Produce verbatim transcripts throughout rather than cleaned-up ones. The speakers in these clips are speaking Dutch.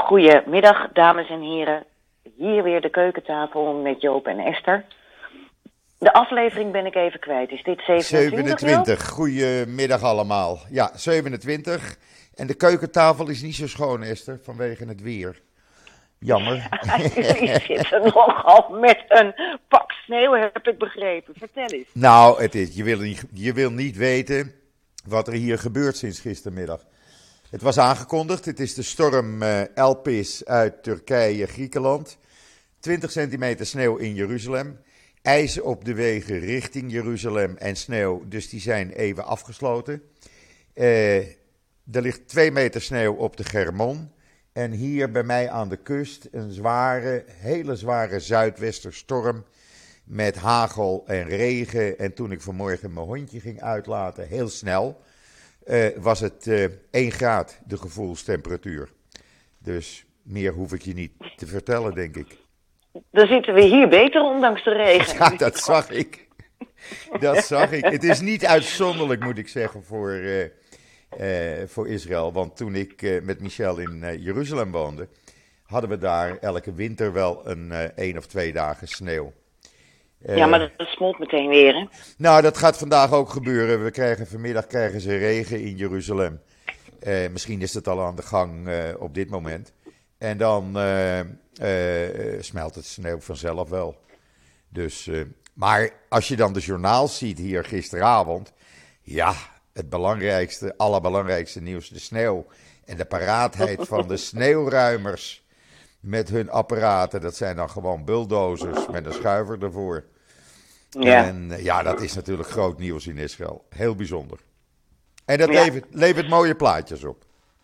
Goedemiddag, dames en heren. Hier weer de keukentafel met Joop en Esther. De aflevering ben ik even kwijt. Is dit zevenentwintig? zevenentwintig. Goedemiddag allemaal. Ja, zevenentwintig. En de keukentafel is niet zo schoon, Esther, vanwege het weer. Jammer. Ja, jullie zitten nogal met een pak sneeuw, heb ik begrepen. Vertel eens. Nou, het is, je, wil niet, je wil niet weten wat er hier gebeurt sinds gistermiddag. Het was aangekondigd. Het is de storm uh, Elpis uit Turkije, Griekenland. twintig centimeter sneeuw in Jeruzalem. IJs op de wegen richting Jeruzalem en sneeuw, dus die zijn even afgesloten. Uh, er ligt twee meter sneeuw op de Germon. En hier bij mij aan de kust een zware, hele zware zuidwesterstorm met hagel en regen. En toen ik vanmorgen mijn hondje ging uitlaten, heel snel, uh, was het uh, één graad de gevoelstemperatuur. Dus meer hoef ik je niet te vertellen, denk ik. Dan zitten we hier beter, ondanks de regen. Ja, dat zag ik. Dat zag ik. Het is niet uitzonderlijk, moet ik zeggen, voor, uh, uh, voor Israël. Want toen ik uh, met Michel in uh, Jeruzalem woonde, hadden we daar elke winter wel een uh, één of twee dagen sneeuw. Uh, ja, maar dat, dat smolt meteen weer, hè? Nou, dat gaat vandaag ook gebeuren. We krijgen vanmiddag krijgen ze regen in Jeruzalem. Uh, misschien is het al aan de gang uh, op dit moment. En dan uh, uh, smelt het sneeuw vanzelf wel. Dus, uh, maar als je dan de journaals ziet hier gisteravond, ja, het belangrijkste, allerbelangrijkste nieuws, de sneeuw. En de paraatheid van de sneeuwruimers met hun apparaten. Dat zijn dan gewoon bulldozers met een schuiver ervoor. Ja. En uh, ja, dat is natuurlijk groot nieuws in Israël. Heel bijzonder. En dat Ja. levert, levert mooie plaatjes op.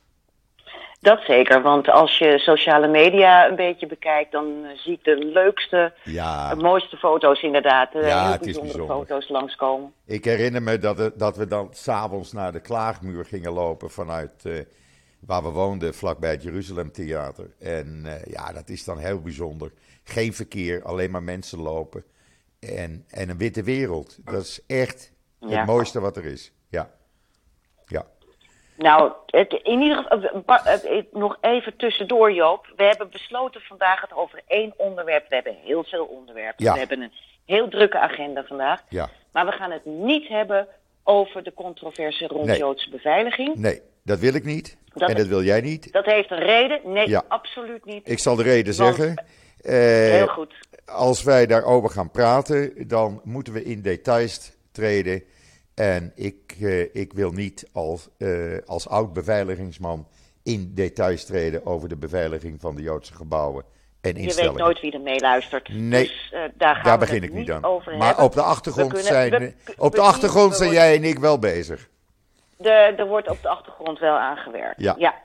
Dat zeker, want als je sociale media een beetje bekijkt, dan uh, zie ik de leukste, Ja. de mooiste foto's inderdaad. Uh, Ja, heel het is bijzondere bijzonder. foto's langskomen. Ik herinner me dat, het, dat we dan s'avonds naar de Klaagmuur gingen lopen vanuit uh, waar we woonden, vlakbij het Jeruzalem Theater. En uh, ja, dat is dan heel bijzonder. Geen verkeer, alleen maar mensen lopen. En, en een witte wereld. Dat is echt het Ja. mooiste wat er is. Ja. Ja. Nou, het, in ieder geval, uh, uh, nog even tussendoor Joop. We hebben besloten vandaag het over één onderwerp. We hebben heel veel onderwerpen. Ja. We hebben een heel drukke agenda vandaag. Ja. Maar we gaan het niet hebben over de controverse rond Nee. Joodse beveiliging. Nee, dat wil ik niet. Dat- en dat wil jij niet. Dat heeft een reden. Nee, Ja. absoluut niet. Ik zal de reden Want- zeggen. Uh, Heel goed. Als wij daarover gaan praten, dan moeten we in details treden. En ik, uh, ik wil niet als, uh, als oud-beveiligingsman in details treden over de beveiliging van de Joodse gebouwen en Je weet instellingen. nooit wie er meeluistert. Nee, dus, uh, daar gaan Daar we begin het ik niet niet aan. over Maar hebben. op de achtergrond We kunnen- zijn, we- op de we- achtergrond we zijn worden- jij en ik wel bezig. De, er wordt op de achtergrond wel aangewerkt. Ja.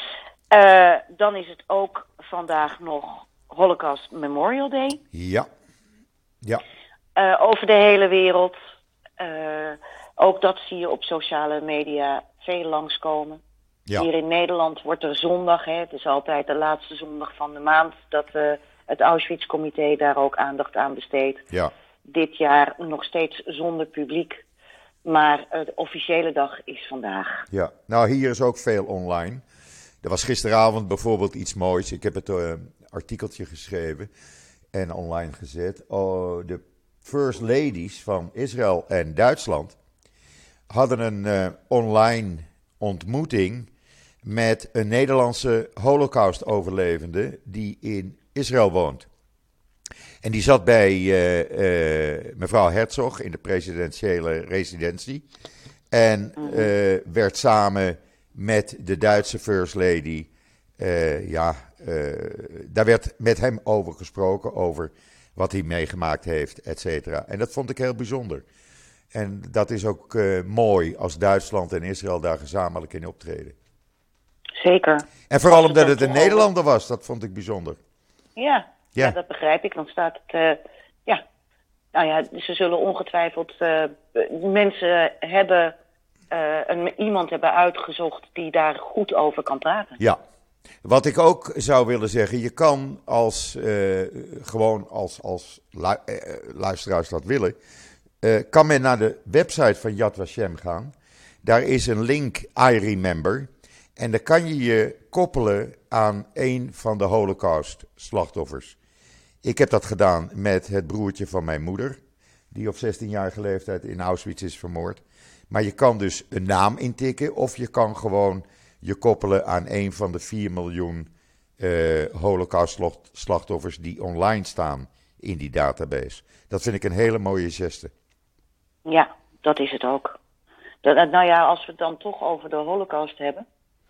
Uh, dan is het ook vandaag nog Holocaust Memorial Day. Ja, ja, Uh, over de hele wereld. Uh, ook dat zie je op sociale media veel langskomen. ja. Hier in Nederland wordt er zondag, hè, het is altijd de laatste zondag van de maand, dat uh, het Auschwitz-comité daar ook aandacht aan besteedt. ja. Dit jaar nog steeds zonder publiek. Maar uh, de officiële dag is vandaag. Ja, nou hier is ook veel online. Er was gisteravond bijvoorbeeld iets moois. Ik heb het uh, artikeltje geschreven en online gezet. Oh, de First Ladies van Israël en Duitsland hadden een uh, online ontmoeting met een Nederlandse Holocaust-overlevende die in Israël woont. En die zat bij uh, uh, mevrouw Herzog in de presidentiële residentie. En uh, werd samen met de Duitse First Lady, uh, ja, uh, daar werd met hem over gesproken, over wat hij meegemaakt heeft, et cetera. En dat vond ik heel bijzonder. En dat is ook uh, mooi als Duitsland en Israël daar gezamenlijk in optreden. Zeker. En vooral Als omdat het het een dan toch Nederlander was, dat vond ik bijzonder. Ja, Ja. ja. dat begrijp ik. Dan staat het, uh, ja, nou ja, ze zullen ongetwijfeld uh, mensen hebben, uh, een, iemand hebben uitgezocht die daar goed over kan praten. Ja. Wat ik ook zou willen zeggen, je kan als, uh, gewoon als, als lu- uh, luisteraars dat willen, uh, kan men naar de website van Yad Vashem gaan. Daar is een link, I Remember. En dan kan je je koppelen aan een van de Holocaust-slachtoffers. Ik heb dat gedaan met het broertje van mijn moeder, die op zestienjarige leeftijd in Auschwitz is vermoord. Maar je kan dus een naam intikken of je kan gewoon je koppelen aan een van de vier miljoen uh, Holocaust-slachtoffers die online staan in die database. Dat vind ik een hele mooie geste. Ja, dat is het ook. Dat, nou ja, als we het dan toch over de Holocaust hebben,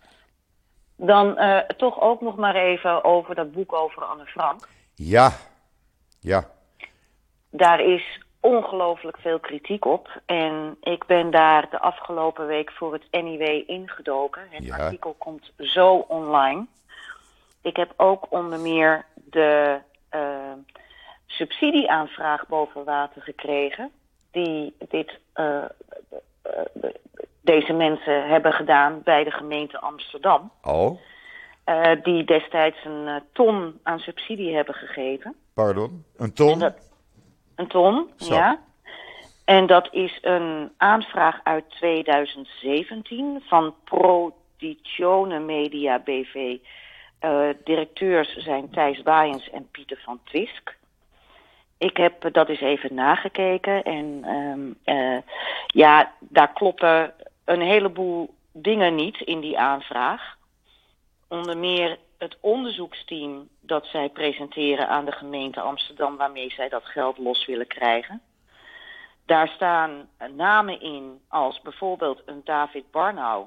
dan uh, toch ook nog maar even over dat boek over Anne Frank. Ja, ja. Daar is ongelooflijk veel kritiek op. En ik ben daar de afgelopen week voor het N I W ingedoken. Het ja. artikel komt zo online. Ik heb ook onder meer de uh, subsidieaanvraag boven water gekregen, die dit, uh, uh, deze mensen hebben gedaan bij de gemeente Amsterdam. Oh. Uh, die destijds een uh, ton aan subsidie hebben gegeven. Pardon? Een ton? Dat, een ton, Zo. ja. En dat is een aanvraag uit tweeduizend zeventien van Prodigione Media B V. Uh, directeurs zijn Thijs Baaiens en Pieter van Twisk. Ik heb dat eens even nagekeken en um, uh, ja, daar kloppen een heleboel dingen niet in die aanvraag. Onder meer het onderzoeksteam dat zij presenteren aan de gemeente Amsterdam, waarmee zij dat geld los willen krijgen. Daar staan namen in als bijvoorbeeld een David Barnau,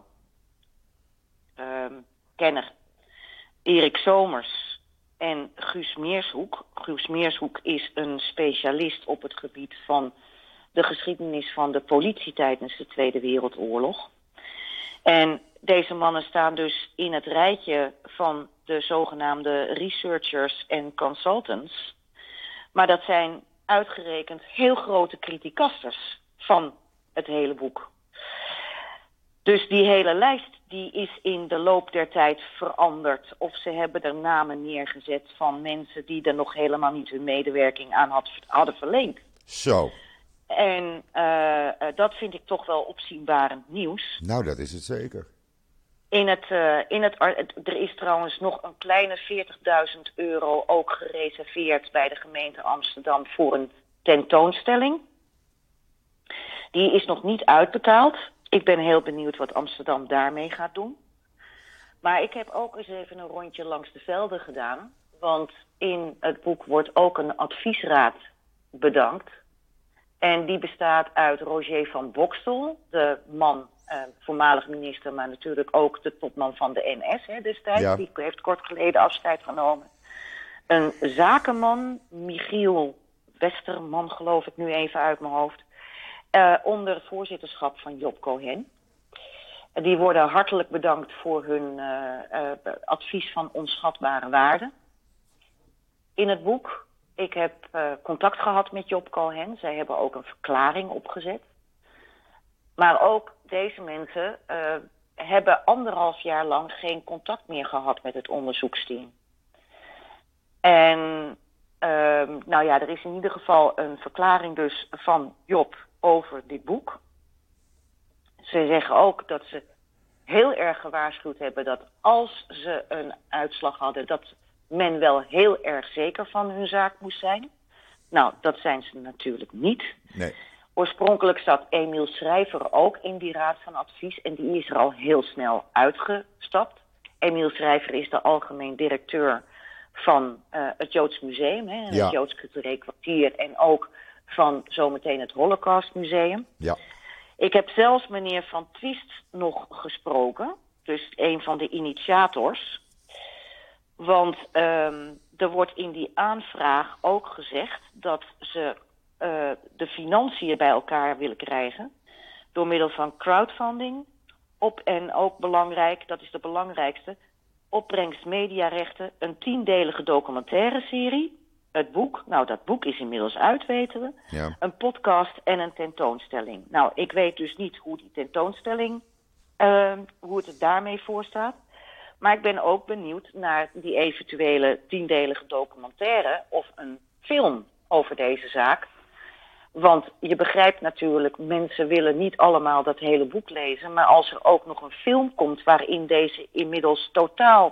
um, kenner, Erik Somers en Guus Meershoek. Guus Meershoek is een specialist op het gebied van de geschiedenis van de politie tijdens de Tweede Wereldoorlog. En deze mannen staan dus in het rijtje van de zogenaamde researchers en consultants. Maar dat zijn uitgerekend heel grote criticasters van het hele boek. Dus die hele lijst die is in de loop der tijd veranderd. Of ze hebben er namen neergezet van mensen die er nog helemaal niet hun medewerking aan had, hadden verleend. Zo. En uh, dat vind ik toch wel opzienbarend nieuws. Nou, dat is het zeker. In het, uh, in het, er is trouwens nog een kleine veertigduizend euro ook gereserveerd bij de gemeente Amsterdam voor een tentoonstelling. Die is nog niet uitbetaald. Ik ben heel benieuwd wat Amsterdam daarmee gaat doen. Maar ik heb ook eens even een rondje langs de velden gedaan. Want in het boek wordt ook een adviesraad bedankt. En die bestaat uit Roger van Boxtel, de man, eh, voormalig minister, maar natuurlijk ook de topman van de N S hè, destijds. Ja. Die heeft kort geleden afscheid genomen. Een zakenman, Michiel Westerman, geloof ik nu even uit mijn hoofd. Uh, onder het voorzitterschap van Job Cohen. Uh, die worden hartelijk bedankt voor hun uh, uh, advies van onschatbare waarde. In het boek, ik heb uh, contact gehad met Job Cohen. Zij hebben ook een verklaring opgezet. Maar ook deze mensen uh, hebben anderhalf jaar lang geen contact meer gehad met het onderzoeksteam. En uh, nou ja, er is in ieder geval een verklaring dus van Job over dit boek. Ze zeggen ook dat ze heel erg gewaarschuwd hebben dat als ze een uitslag hadden, dat men wel heel erg zeker van hun zaak moest zijn. Nou, dat zijn ze natuurlijk niet. Nee. Oorspronkelijk zat Emiel Schrijver ook in die raad van advies en die is er al heel snel uitgestapt. Emiel Schrijver is de algemeen directeur van uh, het Joods Museum, hè, ja. het Joods Cultureel Kwartier en ook van zometeen het Holocaust Museum. Ja. Ik heb zelfs meneer Van Twist nog gesproken, dus een van de initiators. Want um, er wordt in die aanvraag ook gezegd dat ze uh, de financiën bij elkaar willen krijgen door middel van crowdfunding op en ook belangrijk, dat is de belangrijkste, opbrengst mediarechten, een tiendelige documentaire serie. Het boek, nou dat boek is inmiddels uit, weten we. Ja. Een podcast en een tentoonstelling. Nou, ik weet dus niet hoe die tentoonstelling, uh, hoe het er daarmee voor staat. Maar ik ben ook benieuwd naar die eventuele tiendelige documentaire of een film over deze zaak. Want je begrijpt natuurlijk, mensen willen niet allemaal dat hele boek lezen. Maar als er ook nog een film komt waarin deze inmiddels totaal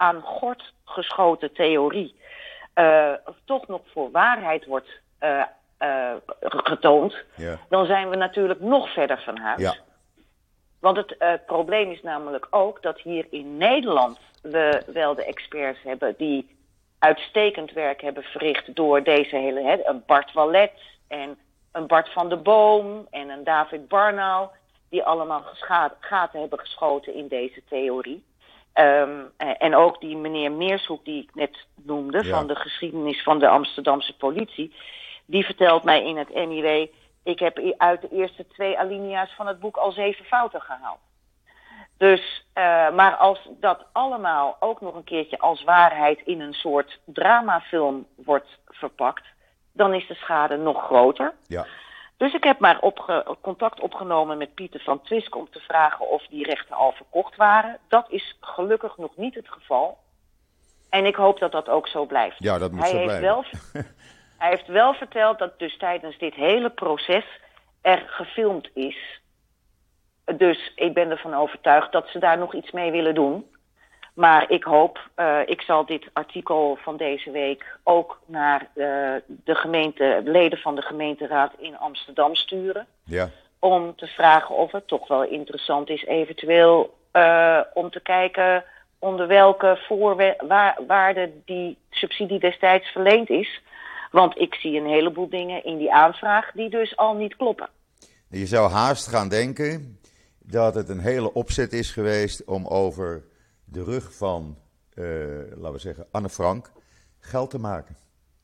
aan gort geschoten theorie uh, toch nog voor waarheid wordt uh, uh, getoond, ja. dan zijn we natuurlijk nog verder van huis. Ja. Want het uh, probleem is namelijk ook dat hier in Nederland we wel de experts hebben die uitstekend werk hebben verricht door deze hele, hè, een Bart Wallet en een Bart van der Boom en een David Barnau, die allemaal gescha- gaten hebben geschoten in deze theorie. Um, en ook die meneer Meershoek die ik net noemde, ja. van de geschiedenis van de Amsterdamse politie, die vertelt mij in het N I W, ik heb uit de eerste twee alinea's van het boek al zeven fouten gehaald. Dus, uh, maar als dat allemaal ook nog een keertje als waarheid in een soort dramafilm wordt verpakt, dan is de schade nog groter. Ja. Dus ik heb maar opge- contact opgenomen met Pieter van Twisk om te vragen of die rechten al verkocht waren. Dat is gelukkig nog niet het geval. En ik hoop dat dat ook zo blijft. Ja, dat moet hij zo heeft blijven. Wel, hij heeft wel verteld dat dus tijdens dit hele proces er gefilmd is. Dus ik ben ervan overtuigd dat ze daar nog iets mee willen doen. Maar ik hoop, uh, ik zal dit artikel van deze week ook naar uh, de gemeente, leden van de gemeenteraad in Amsterdam sturen. Ja. Om te vragen of het toch wel interessant is eventueel uh, om te kijken onder welke voorwaarden die subsidie destijds verleend is. Want ik zie een heleboel dingen in die aanvraag die dus al niet kloppen. Je zou haast gaan denken dat het een hele opzet is geweest om over de rug van, uh, laten we zeggen, Anne Frank geld te maken.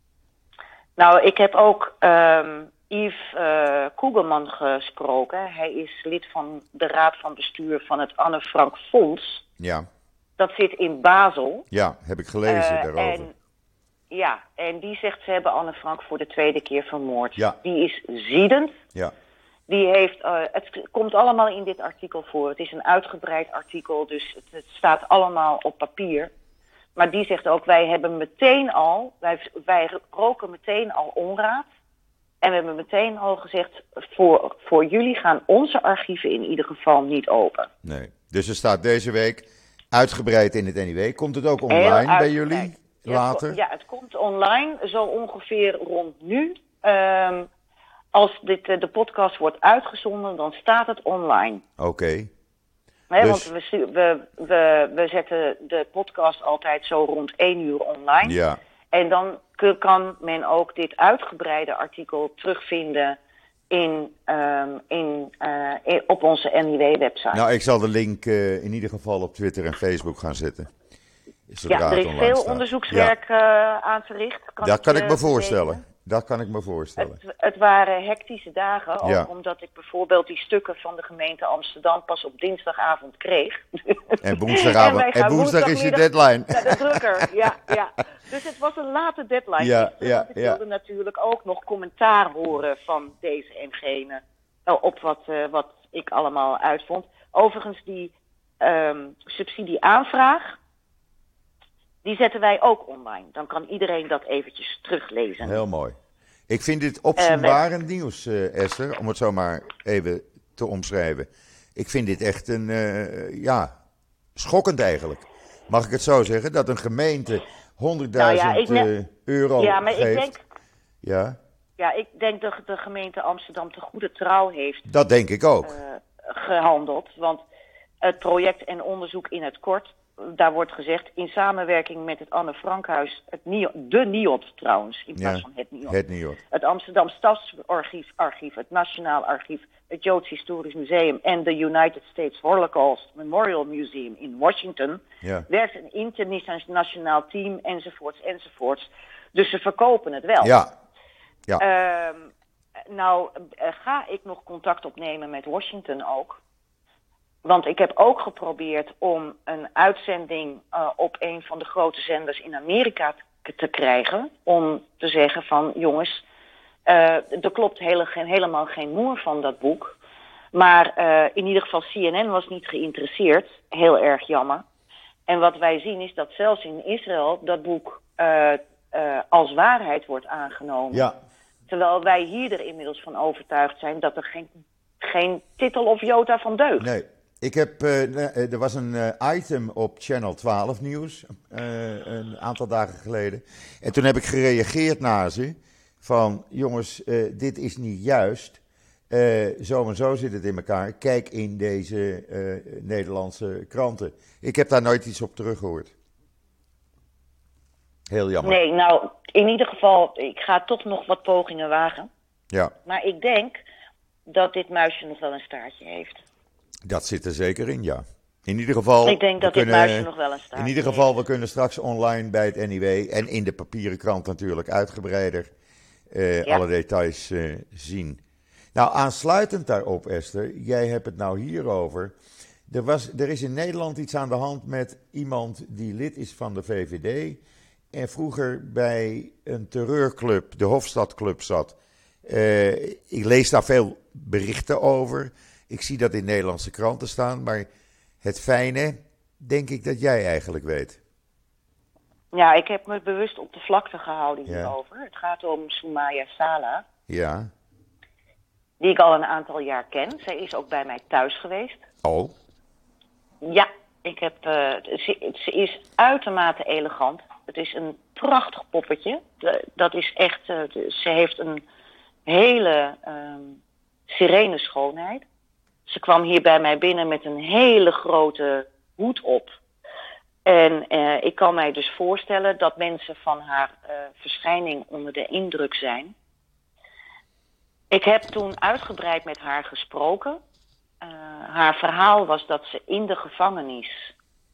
Nou, ik heb ook um, Yves uh, Kugelman gesproken. Hij is lid van de raad van bestuur van het Anne Frank Fonds. Ja. Dat zit in Basel. Ja, heb ik gelezen uh, daarover. En, ja, en die zegt ze hebben Anne Frank voor de tweede keer vermoord. Ja. Die is ziedend. Ja. Die heeft, uh, het komt allemaal in dit artikel voor. Het is een uitgebreid artikel, dus het, het staat allemaal op papier. Maar die zegt ook, wij hebben meteen al, wij, wij roken meteen al onraad. En we hebben meteen al gezegd, voor, voor jullie gaan onze archieven in ieder geval niet open. Nee, dus er staat deze week uitgebreid in het N I W. Komt het ook online bij jullie later? Ja, het komt online, zo ongeveer rond nu. Um, Als dit, de podcast wordt uitgezonden, dan staat het online. Oké. Okay. Nee, dus... Want we, we, we, we zetten de podcast altijd zo rond één uur online. Ja. En dan kan men ook dit uitgebreide artikel terugvinden in, um, in, uh, in, op onze N I W-website. Nou, ik zal de link uh, in ieder geval op Twitter en Facebook gaan zetten. Ja, er is veel staat. onderzoekswerk ja. uh, aan verricht. Kan Dat ik kan ik me voorstellen. Weten. Dat kan ik me voorstellen. Het, het waren hectische dagen, ook ja. omdat ik bijvoorbeeld die stukken van de gemeente Amsterdam pas op dinsdagavond kreeg. En woensdagavond. En, en woensdag is je deadline. Naar de drukker, ja, ja. Dus het was een late deadline. Ja, ja, ik ja. wilde natuurlijk ook nog commentaar horen van deze en gene op wat, uh, wat ik allemaal uitvond. Overigens, die um, subsidieaanvraag, die zetten wij ook online. Dan kan iedereen dat eventjes teruglezen. Heel mooi. Ik vind dit opzienbarend uh, nieuws, uh, Esther, om het zo maar even te omschrijven. Ik vind dit echt een, uh, ja, schokkend eigenlijk. Mag ik het zo zeggen? Dat een gemeente honderdduizend nou ja, ne- uh, euro ja, maar geeft. Ik denk, ja? ja, ik denk dat de gemeente Amsterdam te goede trouw heeft. Dat denk ik ook. Uh, gehandeld, want het project en onderzoek in het kort, daar wordt gezegd, in samenwerking met het Anne Frankhuis, het N I O, de N I O T trouwens, in plaats ja, van het N I O T. Het N I O T. Het Amsterdam Stadsarchief, archief, het Nationaal Archief, het Joods Historisch Museum en de United States Holocaust Memorial Museum in Washington. Ja. Werkt een internationaal team, enzovoorts, enzovoorts. Dus ze verkopen het wel. Ja. ja. Uh, nou, uh, ga ik nog contact opnemen met Washington ook. Want ik heb ook geprobeerd om een uitzending uh, op een van de grote zenders in Amerika te, te krijgen. Om te zeggen van, jongens, uh, er klopt hele, geen, helemaal geen moer van dat boek. Maar uh, in ieder geval C N N was niet geïnteresseerd. Heel erg jammer. En wat wij zien is dat zelfs in Israël dat boek uh, uh, als waarheid wordt aangenomen. Ja. Terwijl wij hier er inmiddels van overtuigd zijn dat er geen, geen titel of jota van deugt. Nee. Ik heb, uh, er was een uh, item op Channel twaalf nieuws uh, een aantal dagen geleden. En toen heb ik gereageerd naar ze van jongens, uh, dit is niet juist. Uh, zo en zo zit het in elkaar. Kijk in deze uh, Nederlandse kranten. Ik heb daar nooit iets op teruggehoord. Heel jammer. Nee, nou, in ieder geval, ik ga toch nog wat pogingen wagen. Ja. Maar ik denk dat dit muisje nog wel een staartje heeft. Dat zit er zeker in, ja. In ieder geval... Ik denk dat dit kunnen, muisje nog wel een staartje In ieder geval, heeft. we kunnen straks online bij het N I W en in de papieren krant natuurlijk uitgebreider uh, ja. alle details uh, zien. Nou, aansluitend daarop, Esther, jij hebt het nou hierover. Er, was, er is in Nederland iets aan de hand met iemand die lid is van de V V D en vroeger bij een terreurclub, de Hofstadclub, zat. Uh, ik lees daar veel berichten over. Ik zie dat in Nederlandse kranten staan, maar het fijne, denk ik dat jij eigenlijk weet. Ja, ik heb me bewust op de vlakte gehouden hierover. Ja. Het gaat om Soumaya Sala. Ja. Die ik al een aantal jaar ken. Zij is ook bij mij thuis geweest. Oh. Ja, ik heb, uh, ze, ze is uitermate elegant. Het is een prachtig poppetje. De, dat is echt, uh, de, ze heeft een hele uh, serene schoonheid. Ze kwam hier bij mij binnen met een hele grote hoed op. En uh, ik kan mij dus voorstellen dat mensen van haar uh, verschijning onder de indruk zijn. Ik heb toen uitgebreid met haar gesproken. Uh, haar verhaal was dat ze in de gevangenis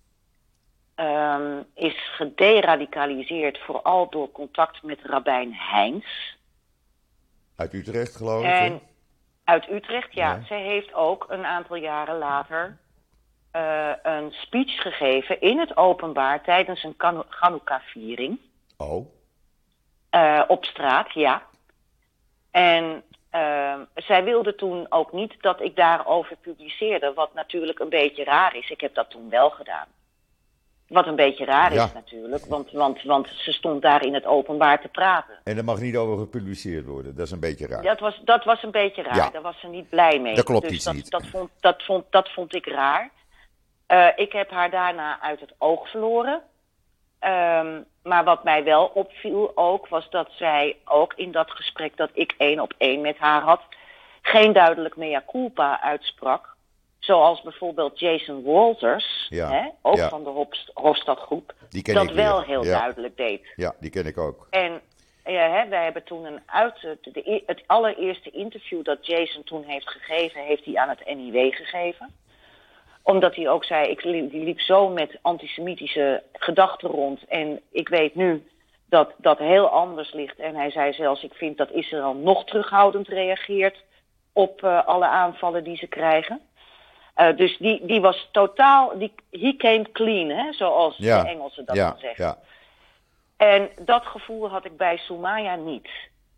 um, is gederadicaliseerd, vooral door contact met rabbijn Heins. Uit Utrecht, geloof ik. En uit Utrecht, ja. ja. Zij heeft ook een aantal jaren later uh, een speech gegeven in het openbaar tijdens een Chanukka-viering. Oh. Uh, op straat, ja. En uh, zij wilde toen ook niet dat ik daarover publiceerde, wat natuurlijk een beetje raar is. Ik heb dat toen wel gedaan. Wat een beetje raar ja. is natuurlijk, want, want, want ze stond daar in het openbaar te praten. En er mag niet over gepubliceerd worden, dat is een beetje raar. Dat was, dat was een beetje raar, ja. Daar was ze niet blij mee. Dat klopt dus iets dat, niet. Dat vond, dat, vond, dat vond ik raar. Uh, ik heb haar daarna uit het oog verloren. Um, maar wat mij wel opviel ook, was dat zij ook in dat gesprek dat ik één op één met haar had, geen duidelijk mea culpa uitsprak. Zoals bijvoorbeeld Jason Walters, ja. hè, ook ja. van de Hofst- Hofstadgroep, die ken dat ik wel weer. heel ja. duidelijk deed. Ja, die ken ik ook. En ja, hè, wij hebben toen een uit, de, de, het allereerste interview dat Jason toen heeft gegeven, heeft hij aan het N I W gegeven. Omdat hij ook zei, ik liep, die liep zo met antisemitische gedachten rond. En ik weet nu dat dat heel anders ligt. En hij zei zelfs, ik vind dat Israël nog terughoudend reageert op uh, alle aanvallen die ze krijgen. Uh, dus die, die was totaal, die, he came clean, hè, zoals ja. de Engelsen dat ja. dan zeggen. Ja. En dat gevoel had ik bij Soumaya niet.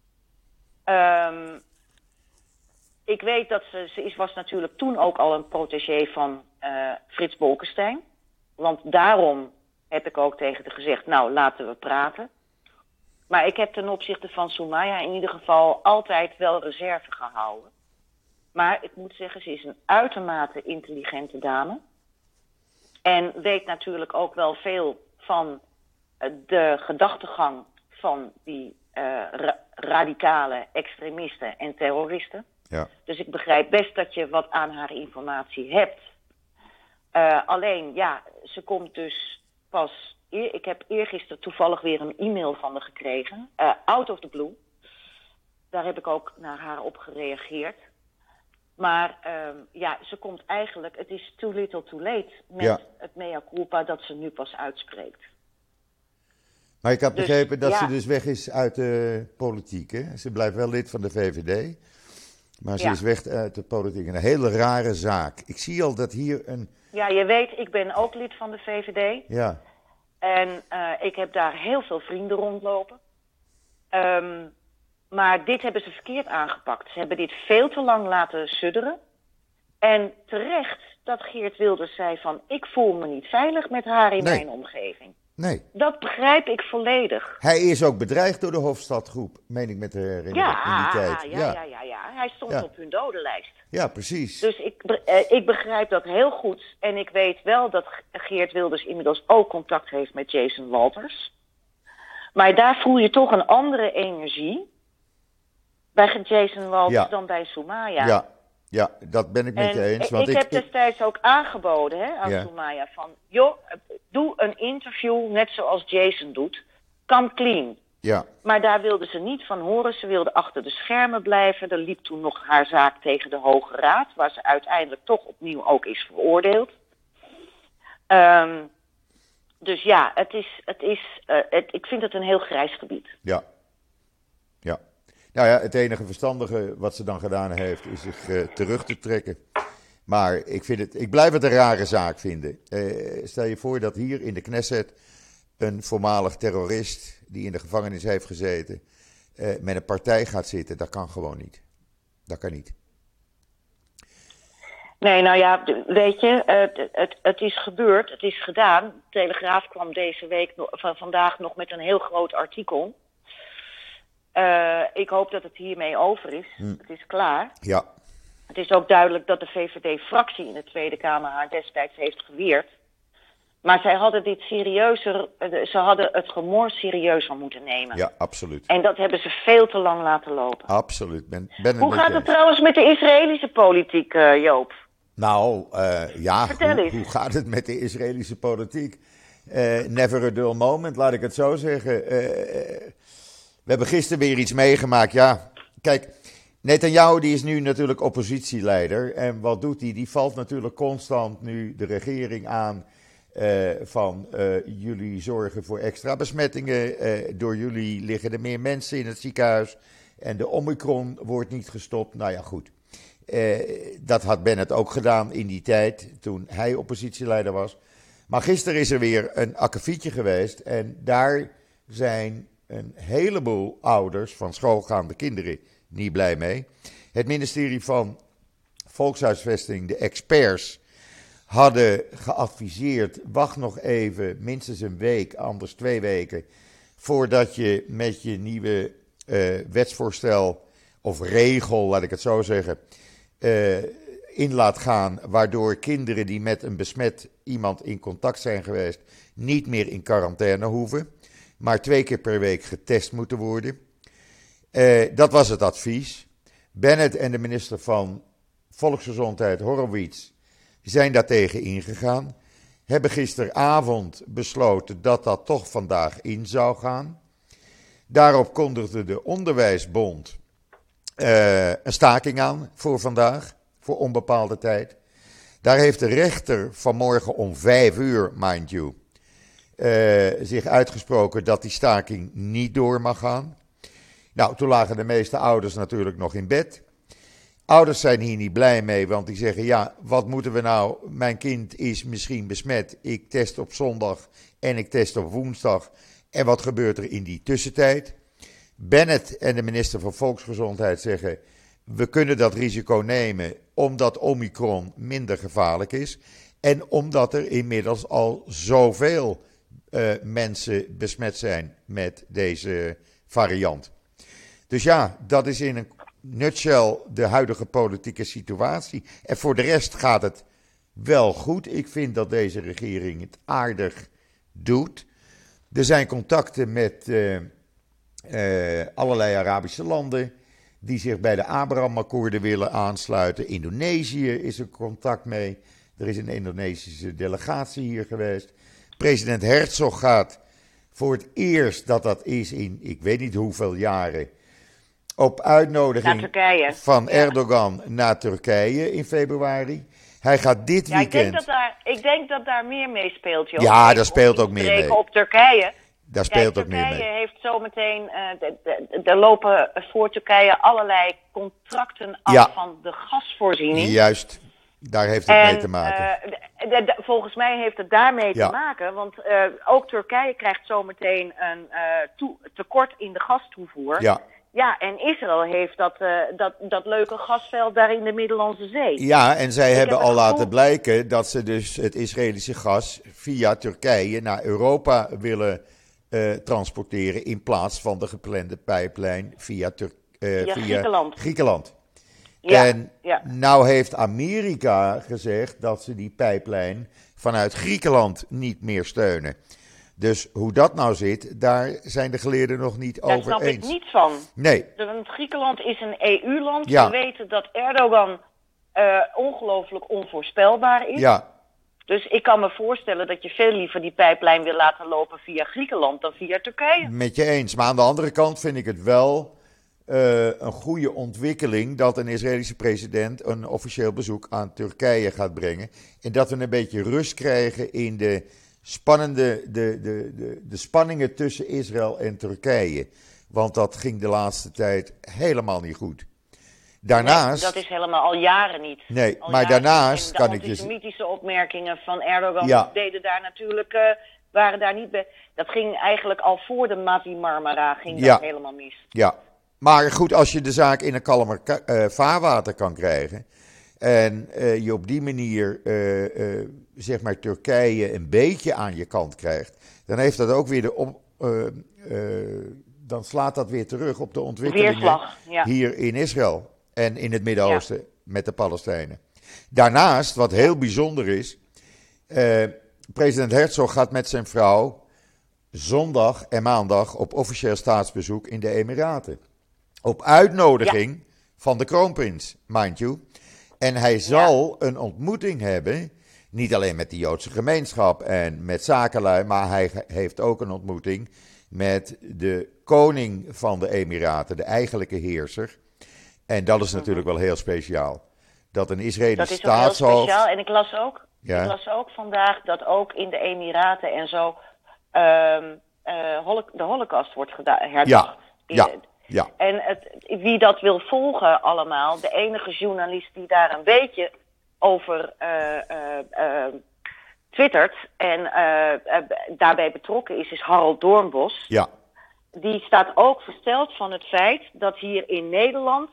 Um, ik weet dat ze, ze is, was natuurlijk toen ook al een protégé van uh, Frits Bolkestein. Want daarom heb ik ook tegen haar gezegd, nou laten we praten. Maar ik heb ten opzichte van Soumaya in ieder geval altijd wel reserve gehouden. Maar ik moet zeggen, ze is een uitermate intelligente dame. En weet natuurlijk ook wel veel van de gedachtegang van die uh, ra- radicale extremisten en terroristen. Ja. Dus ik begrijp best dat je wat aan haar informatie hebt. Uh, alleen, ja, ze komt dus pas... Eer, ik heb eergisteren toevallig weer een e-mail van haar gekregen. Uh, out of the blue. Daar heb ik ook naar haar op gereageerd. Maar um, ja, ze komt eigenlijk... Het is too little too late met ja. het mea culpa dat ze nu pas uitspreekt. Maar ik heb dus, begrepen dat ja. ze dus weg is uit de politiek, hè? Ze blijft wel lid van de V V D, maar ze ja. is weg uit de politiek. Een hele rare zaak. Ik zie al dat hier een... Ja, je weet, ik ben ook lid van de V V D. Ja. En uh, ik heb daar heel veel vrienden rondlopen. Um, maar dit hebben ze verkeerd aangepakt. Ze hebben dit veel te lang laten sudderen. En terecht dat Geert Wilders zei van... ik voel me niet veilig met haar in nee. mijn omgeving. Nee. Dat begrijp ik volledig. Hij is ook bedreigd door de Hofstadgroep, meen ik met de herinnering ja, in die tijd. Ja, ja, ja, ja. hij stond Ja. op hun dodenlijst. Ja, precies. Dus ik, be- eh, ik begrijp dat heel goed. En ik weet wel dat Geert Wilders inmiddels ook contact heeft met Jason Walters. Maar daar voel je toch een andere energie bij Jason Walters Ja. dan bij Soumaya. Ja, ja, dat ben ik met je En eens. ik, Want ik ik, heb destijds ook aangeboden hè, aan Ja. Soumaya van... joh, doe een interview net zoals Jason doet. Come clean. ja, Maar daar wilden ze niet van horen. Ze wilden achter de schermen blijven. Er liep toen nog haar zaak tegen de Hoge Raad, waar ze uiteindelijk toch opnieuw ook is veroordeeld. Um, dus ja, het is, het is, uh, het, ik vind het een heel grijs gebied. ja, ja. Nou ja, het enige verstandige wat ze dan gedaan heeft, is zich uh, terug te trekken. Maar ik, vind het, ik blijf het een rare zaak vinden. Uh, stel je voor dat hier in de Knesset een voormalig terrorist die in de gevangenis heeft gezeten, uh, met een partij gaat zitten. Dat kan gewoon niet. Dat kan niet. Nee, nou ja, weet je, het, het, het is gebeurd, het is gedaan. De Telegraaf kwam deze week, van vandaag nog met een heel groot artikel. Uh, ik hoop dat het hiermee over is. Hm. Het is klaar. Ja. Het is ook duidelijk dat de V V D-fractie in de Tweede Kamer haar destijds heeft geweerd. Maar zij hadden dit serieuzer, ze hadden het gemor serieuzer moeten nemen. Ja, absoluut. En dat hebben ze veel te lang laten lopen. Absoluut. Ben, ben Hoe gaat het trouwens met de Israëlische politiek, uh, Joop? Nou, uh, ja, hoe, hoe gaat het met de Israëlische politiek? Uh, never a dull moment, laat ik het zo zeggen. Uh, we hebben gisteren weer iets meegemaakt, ja. Kijk, Netanyahu die is nu natuurlijk oppositieleider. En wat doet hij? Die valt natuurlijk constant nu de regering aan uh, van uh, jullie zorgen voor extra besmettingen. Uh, door jullie liggen er meer mensen in het ziekenhuis. En de Omicron wordt niet gestopt. Nou ja, goed. Uh, dat had Bennett ook gedaan in die tijd, toen hij oppositieleider was. Maar gisteren is er weer een akkefietje geweest. En daar zijn een heleboel ouders van schoolgaande kinderen niet blij mee. Het ministerie van Volkshuisvesting, de experts, hadden geadviseerd: wacht nog even, minstens een week, anders twee weken, voordat je met je nieuwe uh, wetsvoorstel of regel, laat ik het zo zeggen, uh, in laat gaan, waardoor kinderen die met een besmet iemand in contact zijn geweest niet meer in quarantaine hoeven, maar twee keer per week getest moeten worden. Uh, dat was het advies. Bennett en de minister van Volksgezondheid, Horowitz, zijn daartegen ingegaan. Hebben gisteravond besloten dat dat toch vandaag in zou gaan. Daarop kondigde de Onderwijsbond uh, een staking aan voor vandaag, voor onbepaalde tijd. Daar heeft de rechter vanmorgen om vijf uur, mind you, uh, zich uitgesproken dat die staking niet door mag gaan. Nou, toen lagen de meeste ouders natuurlijk nog in bed. Ouders zijn hier niet blij mee, want die zeggen: ja, wat moeten we nou? Mijn kind is misschien besmet. Ik test op zondag en ik test op woensdag. En wat gebeurt er in die tussentijd? Bennett en de minister van Volksgezondheid zeggen: we kunnen dat risico nemen omdat Omicron minder gevaarlijk is. En omdat er inmiddels al zoveel uh, mensen besmet zijn met deze variant. Dus ja, dat is in een nutshell de huidige politieke situatie. En voor de rest gaat het wel goed. Ik vind dat deze regering het aardig doet. Er zijn contacten met uh, uh, allerlei Arabische landen die zich bij de Abraham-akkoorden willen aansluiten. Indonesië is er contact mee. Er is een Indonesische delegatie hier geweest. President Herzog gaat voor het eerst dat dat is in ik weet niet hoeveel jaren op uitnodiging van Erdogan ja. naar Turkije in februari. Hij gaat dit ja, weekend... Ik denk, dat daar, ik denk dat daar meer mee speelt, joh. Ja, daar speelt ook meer mee. Op Turkije. Daar speelt Kijk, ook meer mee. Turkije heeft zometeen... Uh, er lopen voor Turkije allerlei contracten af ja. van de gasvoorziening. Juist, daar heeft het en, mee te maken. Uh, de, de, de, volgens mij heeft het daarmee ja. te maken. Want uh, ook Turkije krijgt zometeen een uh, toe, tekort in de gastoevoer. Ja. Ja, en Israël heeft dat, uh, dat, dat leuke gasveld daar in de Middellandse Zee. Ja, en zij Ik hebben heb al gevoel... laten blijken dat ze dus het Israëlische gas via Turkije naar Europa willen uh, transporteren in plaats van de geplande pijplijn via, Tur- uh, via, via Griekenland. Griekenland. Ja, en ja. nou heeft Amerika gezegd dat ze die pijplijn vanuit Griekenland niet meer steunen. Dus hoe dat nou zit, daar zijn de geleerden nog niet Daar over snap eens. ik niets van. Nee. Want Griekenland is een E U-land. Ja. We weten dat Erdogan uh, ongelooflijk onvoorspelbaar is. Ja. Dus ik kan me voorstellen dat je veel liever die pijplijn wil laten lopen via Griekenland dan via Turkije. Met je eens. Maar aan de andere kant vind ik het wel uh, een goede ontwikkeling dat een Israëlische president een officieel bezoek aan Turkije gaat brengen. En dat we een beetje rust krijgen in de spannende, de, de, de, de spanningen tussen Israël en Turkije. Want dat ging de laatste tijd helemaal niet goed. Daarnaast... Nee, dat is helemaal al jaren niet. Nee, al maar jaren daarnaast niet. kan ik je... De antisemitische opmerkingen van Erdogan ja. deden daar natuurlijk, uh, waren daar niet bij. Dat ging eigenlijk al voor de Mavi Marmara ging ja. dat helemaal mis. Ja, maar goed, als je de zaak in een kalmer uh, vaarwater kan krijgen en uh, je op die manier, uh, uh, zeg maar, Turkije een beetje aan je kant krijgt, dan heeft dat ook weer de op, uh, uh, dan slaat dat weer terug op de ontwikkelingen Weerslag, ja. hier in Israël en in het Midden-Oosten ja. met de Palestijnen. Daarnaast, wat heel bijzonder is, uh, president Herzog gaat met zijn vrouw zondag en maandag op officieel staatsbezoek in de Emiraten. Op uitnodiging ja. van de kroonprins, mind you. En hij zal ja. een ontmoeting hebben, niet alleen met de Joodse gemeenschap en met zakenlui, maar hij heeft ook een ontmoeting met de koning van de Emiraten, de eigenlijke heerser. En dat is natuurlijk wel heel speciaal. Dat een Israëlisch staatshoofd... Dat is ook heel speciaal. En ik las ook, ja. ik las ook vandaag dat ook in de Emiraten en zo uh, uh, holo- de Holocaust wordt geda- herdacht. Ja, ja, ja. En het, wie dat wil volgen allemaal, de enige journalist die daar een beetje over uh, uh, uh, twittert en uh, uh, daarbij betrokken is, is Harold Doornbos. Ja. Die staat ook versteld van het feit dat hier in Nederland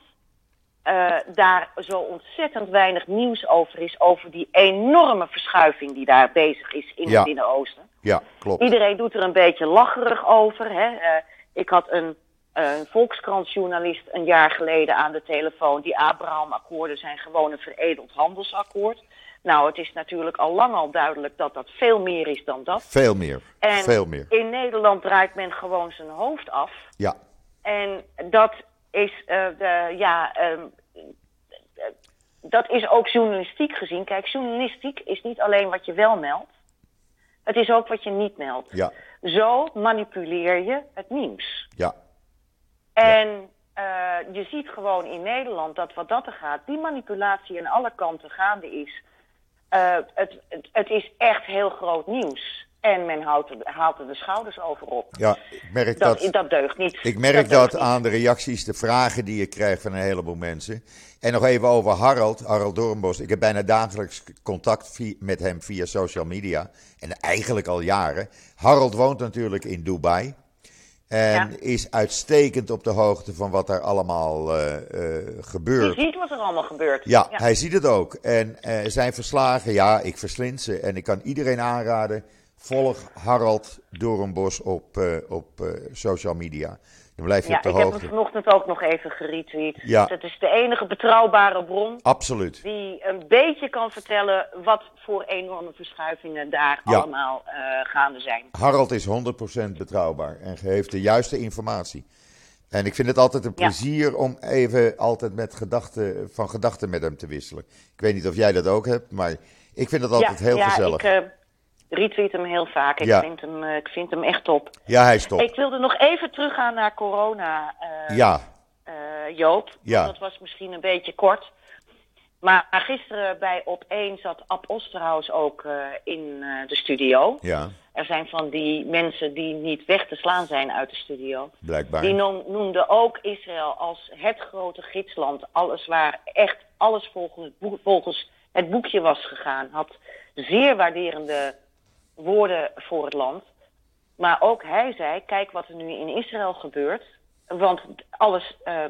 uh, daar zo ontzettend weinig nieuws over is, over die enorme verschuiving die daar bezig is in ja. het Midden-Oosten. Ja, klopt. Iedereen doet er een beetje lacherig over. Hè? Uh, ik had een, uh, een Volkskrant-journalist een jaar geleden aan de telefoon. Die Abraham-akkoorden zijn gewoon een veredeld handelsakkoord. Nou, het is natuurlijk al lang al duidelijk dat dat veel meer is dan dat. Veel meer. En veel meer. In Nederland draait men gewoon zijn hoofd af. Ja. En dat is, uh, de, ja, um, uh, dat is ook journalistiek gezien. Kijk, journalistiek is niet alleen wat je wel meldt. Het is ook wat je niet meldt. Ja. Zo manipuleer je het nieuws. Ja. En uh, je ziet gewoon in Nederland dat wat dat er gaat, die manipulatie aan alle kanten gaande is. Uh, het, het, het is echt heel groot nieuws. En men houdt er, haalt er de schouders over op. Ja, ik merk dat, dat, dat deugt niet. Ik merk dat, dat aan de reacties, de vragen die ik krijg van een heleboel mensen. En nog even over Harold, Harold Doornbos. Ik heb bijna dagelijks contact via, met hem via social media. En eigenlijk al jaren. Harold woont natuurlijk in Dubai. En ja. is uitstekend op de hoogte van wat er allemaal uh, uh, gebeurt. Je ziet wat er allemaal gebeurt. Ja, ja. Hij ziet het ook. En uh, zijn verslagen, ja, ik verslind ze. En ik kan iedereen aanraden, volg Harold Doornbos op, uh, op uh, social media. Dan blijf je ja, op de ik hoogte. heb hem vanochtend ook nog even geretweet. Ja. Dus het is de enige betrouwbare bron. Absoluut. Die een beetje kan vertellen wat voor enorme verschuivingen daar ja. allemaal uh, gaande zijn. Harold is honderd procent betrouwbaar en heeft de juiste informatie. En ik vind het altijd een plezier ja. om even altijd met gedachten, van gedachten met hem te wisselen. Ik weet niet of jij dat ook hebt, maar ik vind het altijd ja, heel ja, gezellig. Ja, ik uh, retweet hem heel vaak. Ik, ja. vind hem, uh, ik vind hem echt top. Ja, hij is top. Ik wilde nog even teruggaan naar corona, uh, ja. uh, Joop. Ja. Dat was misschien een beetje kort. Maar gisteren bij Op één zat Ab Osterhaus ook uh, in uh, de studio. Ja. Er zijn van die mensen die niet weg te slaan zijn uit de studio. Blijkbaar. Die noemden ook Israël als het grote gidsland. Alles waar echt alles volgens het, boek, volgens het boekje was gegaan. Had zeer waarderende woorden voor het land. Maar ook hij zei, kijk wat er nu in Israël gebeurt. Want alles uh,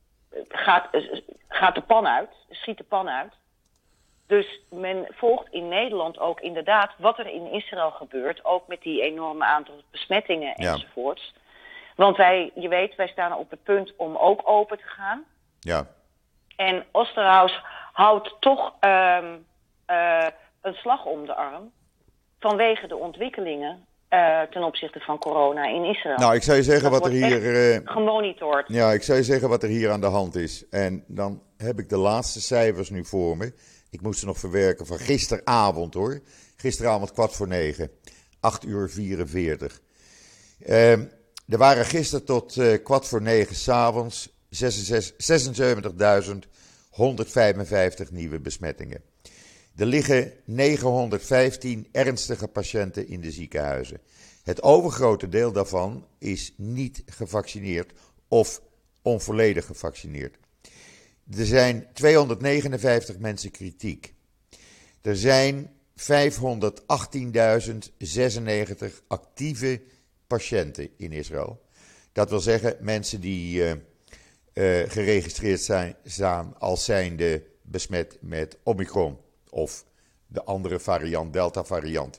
gaat, uh, gaat de pan uit, schiet de pan uit. Dus men volgt in Nederland ook inderdaad wat er in Israël gebeurt. Ook met die enorme aantal besmettingen enzovoorts. Ja. Want wij, je weet, wij staan op het punt om ook open te gaan. Ja. En Osterhaus houdt toch um, uh, een slag om de arm vanwege de ontwikkelingen uh, ten opzichte van corona in Israël. Nou, ik zou je zeggen dat wat er wordt hier... Uh, gemonitord. Ja, ik zou je zeggen wat er hier aan de hand is. En dan heb ik de laatste cijfers nu voor me. Ik moest ze nog verwerken van gisteravond hoor. Gisteravond kwart voor negen. acht uur vierenveertig. Uh, er waren gisteren tot uh, kwart voor negen 's avonds zesenzeventigduizend honderdvijfenvijftig nieuwe besmettingen. Er liggen negenhonderdvijftien ernstige patiënten in de ziekenhuizen. Het overgrote deel daarvan is niet gevaccineerd of onvolledig gevaccineerd. Er zijn tweehonderdnegenenvijftig mensen kritiek. Er zijn vijfhonderdachttienduizend zesennegentig actieve patiënten in Israël. Dat wil zeggen mensen die uh, uh, geregistreerd zijn, staan als zijnde besmet met Omicron of de andere variant, Delta variant.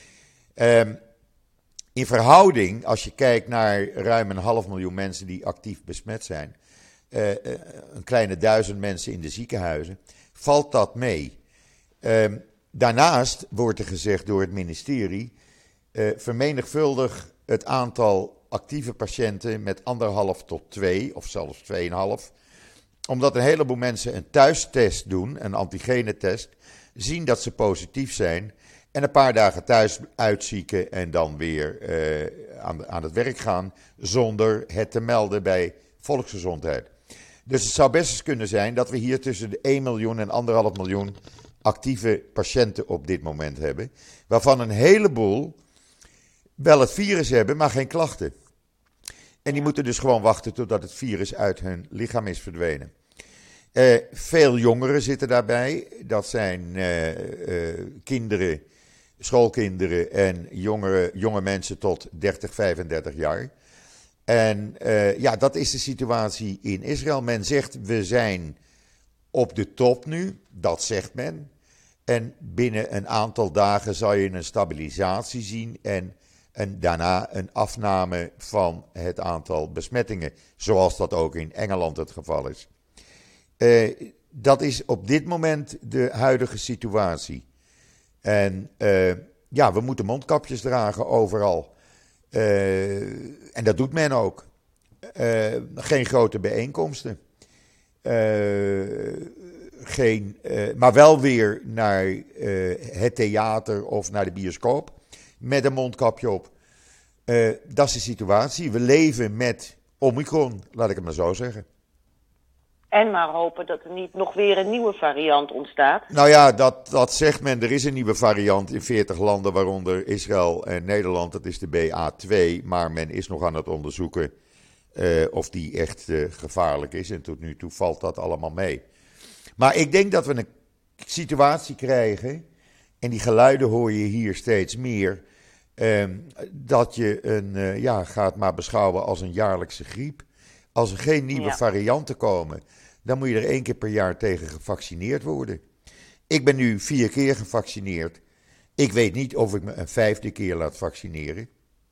Um, in verhouding, als je kijkt naar ruim een half miljoen mensen die actief besmet zijn, uh, uh, een kleine duizend mensen in de ziekenhuizen, valt dat mee. Um, daarnaast wordt er gezegd door het ministerie, uh, vermenigvuldig het aantal actieve patiënten met anderhalf tot twee, of zelfs tweeënhalf. Omdat een heleboel mensen een thuistest doen, een antigenetest, zien dat ze positief zijn en een paar dagen thuis uitzieken en dan weer uh, aan, aan het werk gaan zonder het te melden bij volksgezondheid. Dus het zou best eens kunnen zijn dat we hier tussen de één miljoen en anderhalf miljoen actieve patiënten op dit moment hebben, waarvan een heleboel wel het virus hebben, maar geen klachten. En die moeten dus gewoon wachten totdat het virus uit hun lichaam is verdwenen. Uh, veel jongeren zitten daarbij. Dat zijn uh, uh, kinderen, schoolkinderen en jongere, jonge mensen tot dertig, vijfendertig jaar. En uh, ja, dat is de situatie in Israël. Men zegt, we zijn op de top nu. Dat zegt men. En binnen een aantal dagen zal je een stabilisatie zien en en daarna een afname van het aantal besmettingen, zoals dat ook in Engeland het geval is. Uh, dat is op dit moment de huidige situatie. En uh, ja, we moeten mondkapjes dragen overal. Uh, en dat doet men ook. Uh, geen grote bijeenkomsten. Uh, geen, uh, maar wel weer naar uh, het theater of naar de bioscoop. Met een mondkapje op. Uh, dat is de situatie. We leven met Omicron, laat ik het maar zo zeggen. En maar hopen dat er niet nog weer een nieuwe variant ontstaat. Nou ja, dat, dat zegt men. Er is een nieuwe variant in veertig landen, waaronder Israël en Nederland. Dat is de B A twee. Maar men is nog aan het onderzoeken uh, of die echt uh, gevaarlijk is. En tot nu toe valt dat allemaal mee. Maar ik denk dat we een situatie krijgen, en die geluiden hoor je hier steeds meer, Um, dat je een, uh, ja, gaat maar beschouwen als een jaarlijkse griep. Als er geen nieuwe ja. varianten komen, dan moet je er één keer per jaar tegen gevaccineerd worden. Ik ben nu vier keer gevaccineerd. Ik weet niet of ik me een vijfde keer laat vaccineren.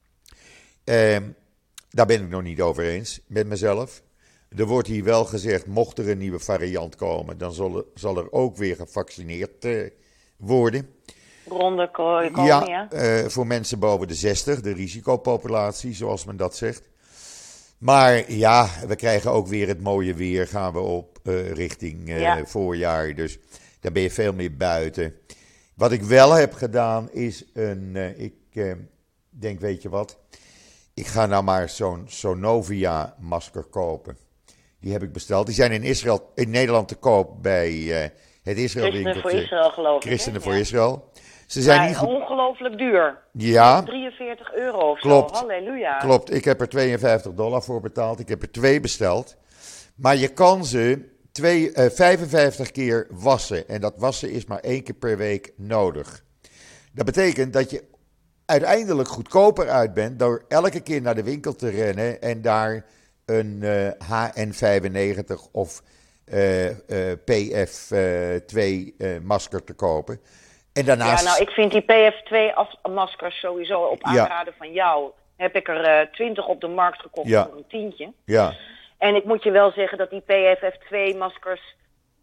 Um, daar ben ik nog niet over eens met mezelf. Er wordt hier wel gezegd, mocht er een nieuwe variant komen, dan zal er, zal er ook weer gevaccineerd uh, worden. Ronde komen, ja. ja. Uh, voor mensen boven de zestig, de risicopopulatie, zoals men dat zegt. Maar ja, we krijgen ook weer het mooie weer, gaan we op uh, richting uh, ja. voorjaar. Dus dan ben je veel meer buiten. Wat ik wel heb gedaan is een, uh, ik uh, denk, weet je wat, ik ga nou maar zo'n Sonovia masker kopen. Die heb ik besteld. Die zijn in Israël, in Nederland te koop bij uh, het Israël winkeltje. Christenen voor Israël, geloof ik. Christenen voor ja. Israël. Ze zijn ja, niet goed. Ongelooflijk duur. Ja. drieënveertig euro of Klopt. zo. Halleluja. Klopt. Ik heb er tweeënvijftig dollar voor betaald. Ik heb er twee besteld. Maar je kan ze twee, uh, vijfenvijftig keer wassen. En dat wassen is maar één keer per week nodig. Dat betekent dat je uiteindelijk goedkoper uit bent door elke keer naar de winkel te rennen en daar een uh, H N vijfennegentig of uh, uh, P F twee uh, uh, masker te kopen. En daarnaast... Ja, nou, ik vind die P F twee maskers sowieso op aanraden ja. van jou. Heb ik er twintig uh, op de markt gekocht ja. voor een tientje. Ja. En ik moet je wel zeggen dat die P F F twee maskers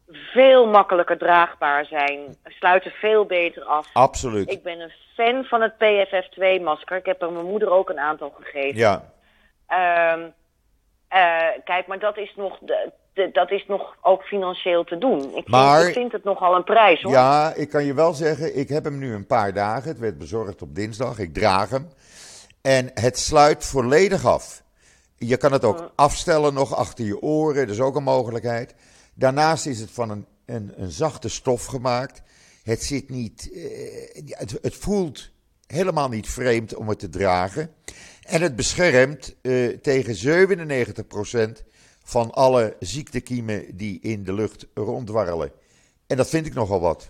veel makkelijker draagbaar zijn. Sluiten veel beter af. Absoluut. Ik ben een fan van het P F F twee masker. Ik heb er mijn moeder ook een aantal gegeven. Ja. Um, uh, kijk, maar dat is nog... De, de, dat is nog ook financieel te doen. Ik vind, maar, ik vind het nogal een prijs, hoor. Ja, ik kan je wel zeggen, ik heb hem nu een paar dagen. Het werd bezorgd op dinsdag. Ik draag hem. En het sluit volledig af. Je kan het ook mm. afstellen nog achter je oren. Dat is ook een mogelijkheid. Daarnaast is het van een, een, een zachte stof gemaakt. Het zit niet... Uh, het, het voelt helemaal niet vreemd om het te dragen. En het beschermt uh, tegen zevenennegentig procent van alle ziektekiemen die in de lucht rondwarrelen. En dat vind ik nogal wat.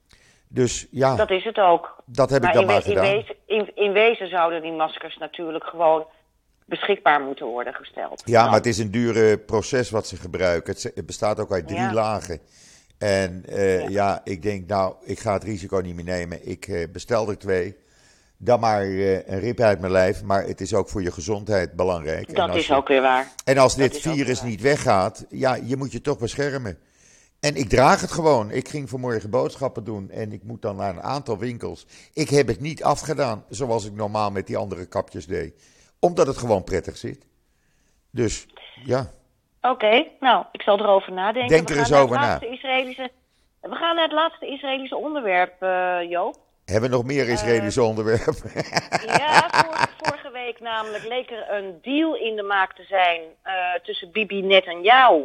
Dus ja... Dat is het ook. Dat heb maar ik dan in maar we, gedaan. In wezen, in, in wezen zouden die maskers natuurlijk gewoon beschikbaar moeten worden gesteld. Ja, dan. Maar het is een dure proces wat ze gebruiken. Het, het bestaat ook uit drie ja. lagen. En uh, ja. ja, ik denk, nou, ik ga het risico niet meer nemen. Ik uh, bestel er twee. Dan maar uh, een rib uit mijn lijf. Maar het is ook voor je gezondheid belangrijk. Dat is je, ook weer waar. En als dat dit virus niet weggaat, ja, je moet je toch beschermen. En ik draag het gewoon. Ik ging vanmorgen boodschappen doen en ik moet dan naar een aantal winkels. Ik heb het niet afgedaan zoals ik normaal met die andere kapjes deed. Omdat het gewoon prettig zit. Dus, ja. Oké, okay, nou, ik zal erover nadenken. Denk er eens over na. Israëlische... We gaan naar het laatste Israëlische onderwerp, uh, Joop. Hebben we nog meer Israëlische uh, onderwerpen? Ja, vorige, vorige week namelijk leek er een deal in de maak te zijn uh, tussen Bibi Netanyahu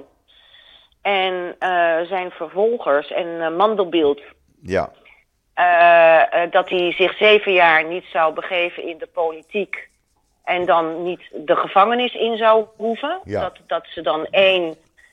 en uh, zijn vervolgers en uh, Mandelblit. Ja. Uh, uh, dat hij zich zeven jaar niet zou begeven in de politiek en dan niet de gevangenis in zou hoeven. Ja. Dat, dat ze dan één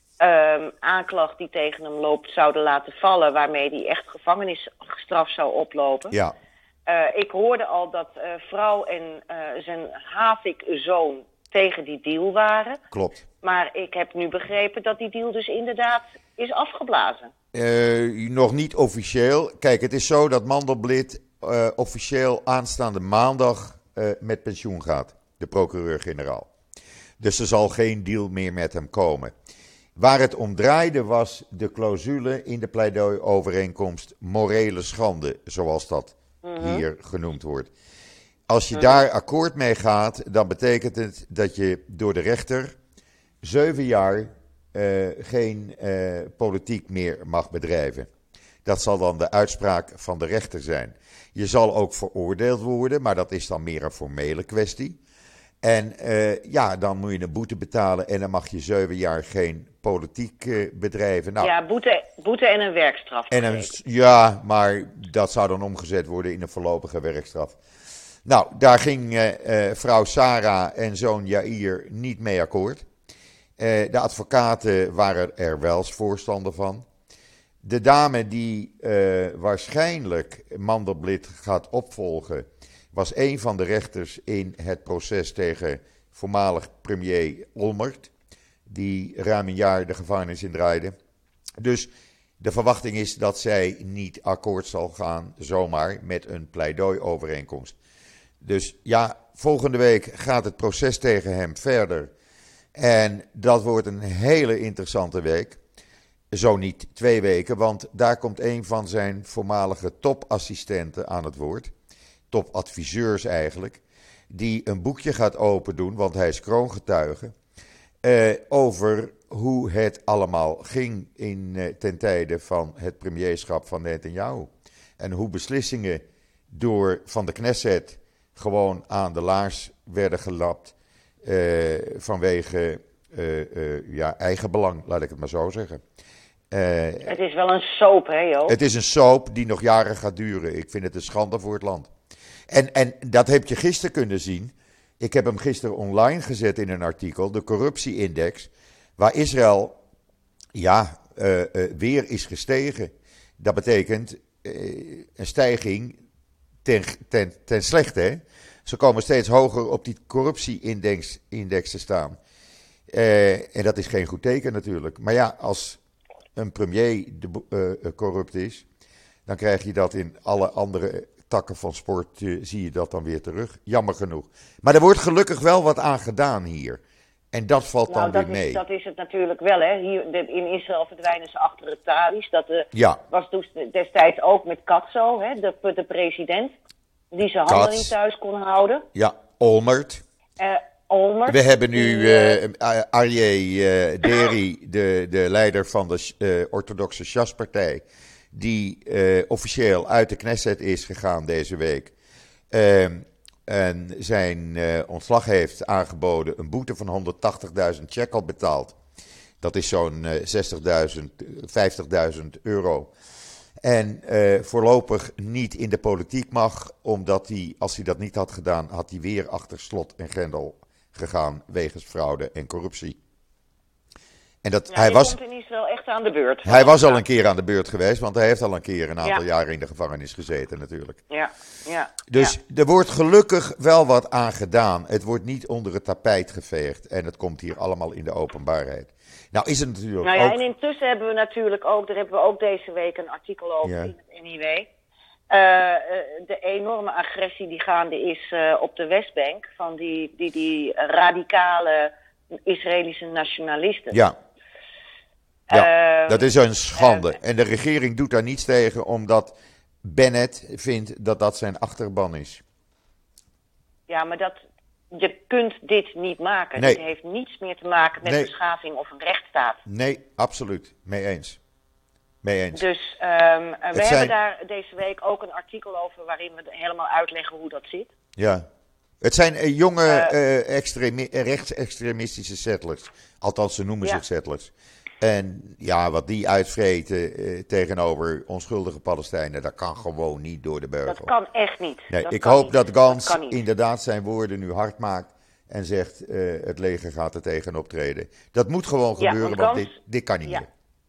uh, aanklacht die tegen hem loopt zouden laten vallen, waarmee hij echt gevangenisstraf zou oplopen. Ja. Uh, ik hoorde al dat uh, vrouw en uh, zijn Havik-zoon tegen die deal waren. Klopt. Maar ik heb nu begrepen dat die deal dus inderdaad is afgeblazen. Uh, nog niet officieel. Kijk, het is zo dat Mandelblit uh, officieel aanstaande maandag uh, met pensioen gaat. De procureur-generaal. Dus er zal geen deal meer met hem komen. Waar het om draaide was de clausule in de pleidooi-overeenkomst morele schande, zoals dat mm-hmm. hier genoemd wordt. Als je mm-hmm. daar akkoord mee gaat, dan betekent het dat je door de rechter zeven jaar uh, geen uh, politiek meer mag bedrijven. Dat zal dan de uitspraak van de rechter zijn. Je zal ook veroordeeld worden, maar dat is dan meer een formele kwestie. En uh, ja, dan moet je een boete betalen en dan mag je zeven jaar geen politiek uh, bedrijven. Nou, ja, boete, boete en een werkstraf. En een, ja, maar dat zou dan omgezet worden in een voorlopige werkstraf. Nou, daar ging uh, uh, vrouw Sarah en zoon Jair niet mee akkoord. Uh, de advocaten waren er wel eens voorstander van. De dame die uh, waarschijnlijk Mandelblit gaat opvolgen, was een van de rechters in het proces tegen voormalig premier Olmert, die ruim een jaar de gevangenis in draaide. Dus de verwachting is dat zij niet akkoord zal gaan zomaar met een pleidooi-overeenkomst. Dus ja, volgende week gaat het proces tegen hem verder. En dat wordt een hele interessante week. Zo niet twee weken, want daar komt een van zijn voormalige topassistenten aan het woord. Topadviseurs eigenlijk. Die een boekje gaat open doen, want hij is kroongetuige. Uh, over hoe het allemaal ging in, uh, ten tijde van het premierschap van Netanyahu. En hoe beslissingen door van de Knesset gewoon aan de laars werden gelapt. Uh, vanwege uh, uh, ja, eigen belang, laat ik het maar zo zeggen. Uh, het is wel een soap, hè Joop? Het is een soap die nog jaren gaat duren. Ik vind het een schande voor het land. En, en dat heb je gisteren kunnen zien. Ik heb hem gisteren online gezet in een artikel. De corruptieindex. Waar Israël ja, uh, uh, weer is gestegen. Dat betekent uh, een stijging ten, ten, ten slechte. Hè? Ze komen steeds hoger op die corruptieindex index te staan. Uh, en dat is geen goed teken natuurlijk. Maar ja, als een premier de, uh, corrupt is, dan krijg je dat in alle andere takken van sport, uh, zie je dat dan weer terug. Jammer genoeg. Maar er wordt gelukkig wel wat aan gedaan hier. En dat valt Nou, dan dat weer is, mee. dat is het natuurlijk wel, hè. Hier, de- in Israël verdwijnen ze achter de tralies. Dat eh, Ja, was dus destijds ook met Katz zo, hè, de, de president, die zijn handen Katz. niet thuis kon houden. ja, Olmert. Eh Olmert. We hebben nu die, eh, eh Aryeh eh, Deri, de, de leider van de eh, orthodoxe Shas-partij, die eh, officieel uit de Knesset is gegaan deze week. Ehm, en zijn eh, ontslag heeft aangeboden, een boete van honderdtachtigduizend shekel betaald. Dat is zo'n eh, zestigduizend, vijftigduizend euro. En eh, voorlopig niet in de politiek mag, omdat hij, als hij dat niet had gedaan, had hij weer achter slot en grendel gegaan wegens fraude en corruptie. En dat, ja, hij, die was, komt in Israël echt aan de beurt. hij was al een keer aan de beurt geweest, want hij heeft al een keer een aantal Ja. jaren in de gevangenis gezeten natuurlijk. Ja, ja. Dus ja. er wordt gelukkig wel wat aan gedaan. Het wordt niet onder het tapijt geveegd en het komt hier allemaal in de openbaarheid. Nou is het natuurlijk Nou ja, ook... en intussen hebben we natuurlijk ook, daar hebben we ook deze week een artikel over Ja. in het N I W. Eh, eh, de enorme agressie die gaande is eh, op de Westbank van die, die, die radicale Israëlische nationalisten. Ja, ja Ehm, dat is een schande. En de regering doet daar niets tegen, omdat Bennett vindt dat dat zijn achterban is. Ja, maar dat, je kunt dit niet maken. Nee. Dit heeft niets meer te maken met Nee. beschaving of een rechtsstaat. Nee, absoluut. Mee eens. Mee eens. Dus ehm, we hebben zijn- daar deze week ook een artikel over waarin we helemaal uitleggen hoe dat zit. Ja. Het zijn eh, jonge Eh. eh, extremi- eh, rechtsextremistische settlers. Althans, ze noemen Ja. zich settlers. En ja, wat die uitvreten eh, tegenover onschuldige Palestijnen, dat kan gewoon niet door de beugel. Dat kan echt niet. Nee, dat ik kan hoop niet. dat Gans kan niet. inderdaad zijn woorden nu hard maakt en zegt, eh, het leger gaat er tegen optreden. Dat moet gewoon Ja, gebeuren, want want Gans- dit, dit kan niet ja. meer.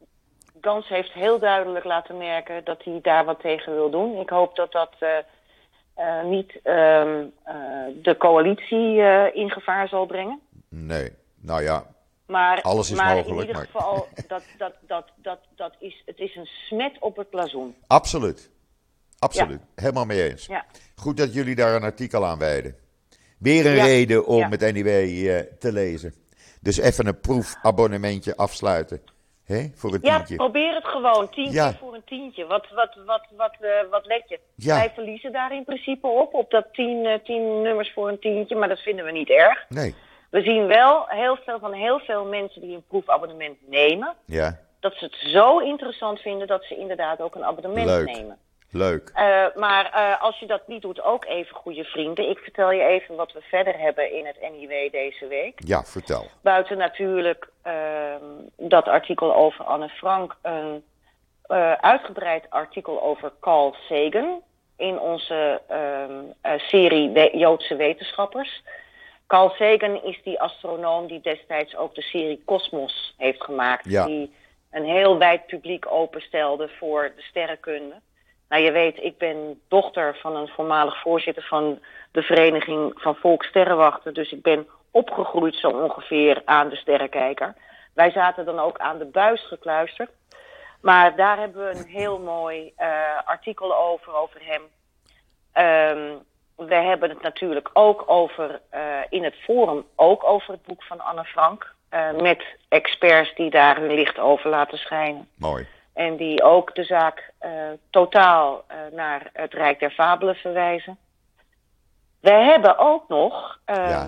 Gans heeft heel duidelijk laten merken dat hij daar wat tegen wil doen. Ik hoop dat dat eh, eh, niet ehm, eh, de coalitie eh, in gevaar zal brengen. Nee, nou ja, Maar, Alles is maar mogelijk, in ieder maar- geval, dat, dat, dat, dat, dat is, het is een smet op het blazoen. absoluut. Absoluut. Helemaal mee eens. Ja. Goed dat jullie daar een artikel aan wijden. Weer een Ja. reden om Ja. het N I W eh, te lezen. Dus even een proefabonnementje afsluiten. Hè? Voor een Ja, tientje. probeer het gewoon. Tien Ja. keer voor een tientje. Wat, wat, wat, wat, eh, wat let je? Ja. Wij verliezen daar in principe op, op dat tien, eh, tien nummers voor een tientje. Maar dat vinden we niet erg. Nee. We zien wel heel veel van heel veel mensen die een proefabonnement nemen, Ja, dat ze het zo interessant vinden dat ze inderdaad ook een abonnement Leuk. nemen. leuk. Eh, maar eh, als je dat niet doet, ook even goede vrienden. Ik vertel je even wat we verder hebben in het N I W deze week. Ja, vertel. Buiten natuurlijk ehm, dat artikel over Anne Frank, een eh, uitgebreid artikel over Carl Sagan in onze ehm, eh, serie We- Joodse wetenschappers. Carl Sagan is die astronoom die destijds ook de serie Cosmos heeft gemaakt. Ja. Die een heel wijd publiek openstelde voor de sterrenkunde. Nou, je weet, ik ben dochter van een voormalig voorzitter van de Vereniging van Volkssterrenwachten. Dus ik ben opgegroeid zo ongeveer aan de sterrenkijker. Wij zaten dan ook aan de buis gekluisterd. Maar daar hebben we een heel mooi uh, artikel over, over hem. Um, we hebben het natuurlijk ook over, uh, in het forum, ook over het boek van Anne Frank. Uh, met experts die daar hun licht over laten schijnen. Mooi. En die ook de zaak uh, totaal uh, naar het Rijk der Fabelen verwijzen. We hebben ook nog um, Ja.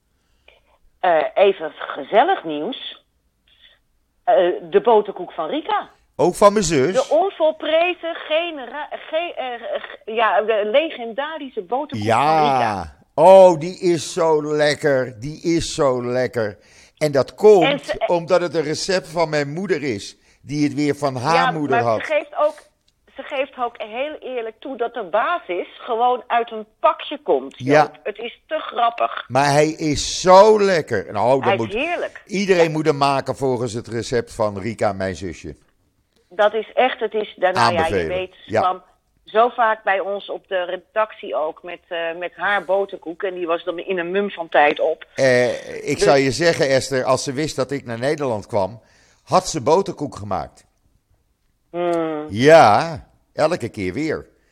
uh, even gezellig nieuws. Uh, de boterkoek van Rika. Ook van mijn zus. De onvolprezen, genera- ge- uh, ge- ja, de legendarische boterkoek van Rika. Ja. Oh, die is zo lekker. Die is zo lekker. En dat komt En ze- omdat het een recept van mijn moeder is. Die het weer van haar Ja, moeder maar had. ze geeft ook, ze geeft ook heel eerlijk toe dat de basis gewoon uit een pakje komt. Ja. Joop. Het is te grappig. Maar hij is zo lekker. Nou, dan Hij is moet, heerlijk. iedereen moet hem maken volgens het recept van Rika, mijn zusje. Dat is echt, het is, nou ja, je Aanbevelen. weet, ze Ja. kwam zo vaak bij ons op de redactie ook met, uh, met haar boterkoek. En die was dan in een mum van tijd op. Eh, ik Dus- zou je zeggen, Esther, als ze wist dat ik naar Nederland kwam, had ze boterkoek gemaakt. Hmm. Ja, elke keer weer.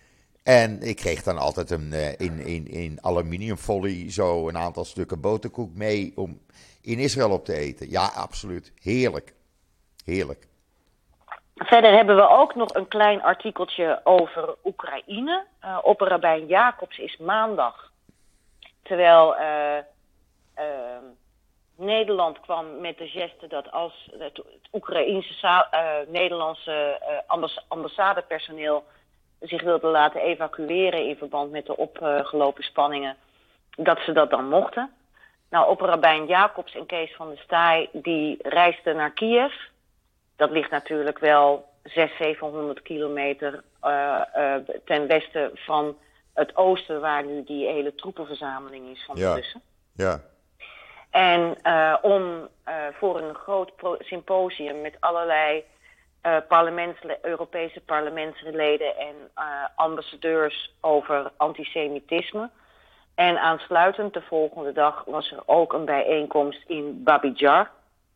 En ik kreeg dan altijd een, uh, in, in, in aluminiumfolie zo een aantal stukken boterkoek mee om in Israël op te eten. Ja, absoluut. Heerlijk. Heerlijk. Verder hebben we ook nog een klein artikeltje over Oekraïne. Uh, Opperrabijn Jacobs is maandag, terwijl uh, uh, Nederland kwam met de geste dat als het, het Oekraïense uh, Nederlandse uh, ambass- ambassadepersoneel zich wilde laten evacueren in verband met de opgelopen spanningen, dat ze dat dan mochten. Nou, Opperrabijn Jacobs en Kees van der Staaij, die reisden naar Kiev. Dat ligt natuurlijk wel zeshonderd, zevenhonderd kilometer uh, uh, ten westen van het oosten, waar nu die hele troepenverzameling is van de Ja. Russen. Ja. En uh, om uh, voor een groot pro- symposium met allerlei uh, parlementsleden, Europese parlementsleden en uh, ambassadeurs over antisemitisme. En aansluitend de volgende dag was er ook een bijeenkomst in Babi Yar.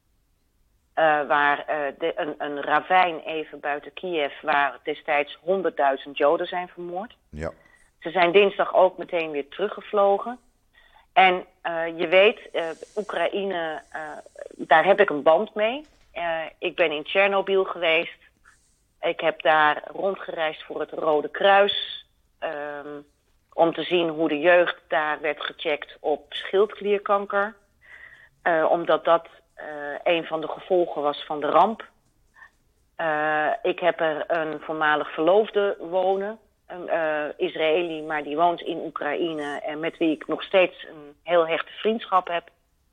Uh, waar uh, de, een, een ravijn even buiten Kiev, waar destijds honderdduizend Joden zijn vermoord. Ja. Ze zijn dinsdag ook meteen weer teruggevlogen. En uh, je weet, uh, Oekraïne, uh, daar heb ik een band mee. Uh, ik ben in Tsjernobyl geweest. Ik heb daar rondgereisd voor het Rode Kruis. Um, om te zien hoe de jeugd daar werd gecheckt op schildklierkanker. Uh, omdat dat uh, een van de gevolgen was van de ramp. Uh, ik heb er een voormalig verloofde wonen. Een uh, Israëli, maar die woont in Oekraïne en met wie ik nog steeds een heel hechte vriendschap heb.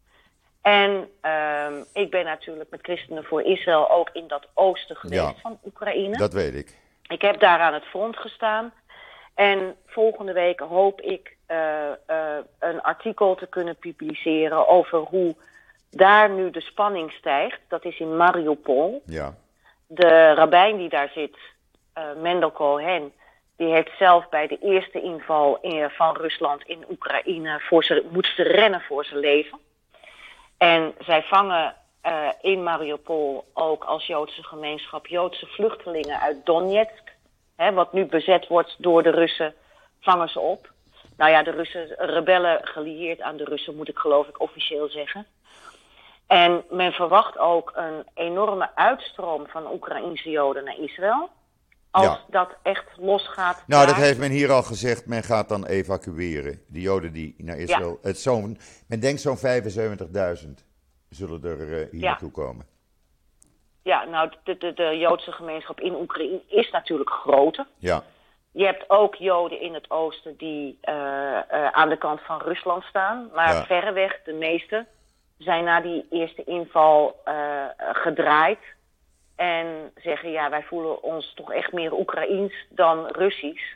En uh, ik ben natuurlijk met Christenen voor Israël ook in dat oosten geweest Ja, van Oekraïne. Dat weet ik. Ik heb daar aan het front gestaan. En volgende week hoop ik uh, uh, een artikel te kunnen publiceren over hoe daar nu de spanning stijgt. Dat is in Mariupol. Ja. De rabbijn die daar zit, uh, Mendel Cohen, die heeft zelf bij de eerste inval in, van Rusland in Oekraïne voor ze, moest rennen voor zijn leven. En zij vangen uh, in Mariupol ook als Joodse gemeenschap Joodse vluchtelingen uit Donetsk. Hè, wat nu bezet wordt door de Russen, vangen ze op. Nou ja, de Russen, rebellen gelieerd aan de Russen, moet ik geloof ik officieel zeggen. En men verwacht ook een enorme uitstroom van Oekraïnse Joden naar Israël. Als Ja. dat echt losgaat. Nou, daar. dat heeft men hier al gezegd. Men gaat dan evacueren. De Joden die naar Israël... Het zo'n, men denkt zo'n vijfenzeventigduizend zullen er uh, hier Ja. naartoe komen. Ja, nou, de, de, de Joodse gemeenschap in Oekraïne is natuurlijk groter. Ja. Je hebt ook Joden in het oosten die uh, uh, aan de kant van Rusland staan. Maar Ja. verreweg de meeste zijn na die eerste inval uh, gedraaid. En zeggen, ja, wij voelen ons toch echt meer Oekraïens dan Russisch.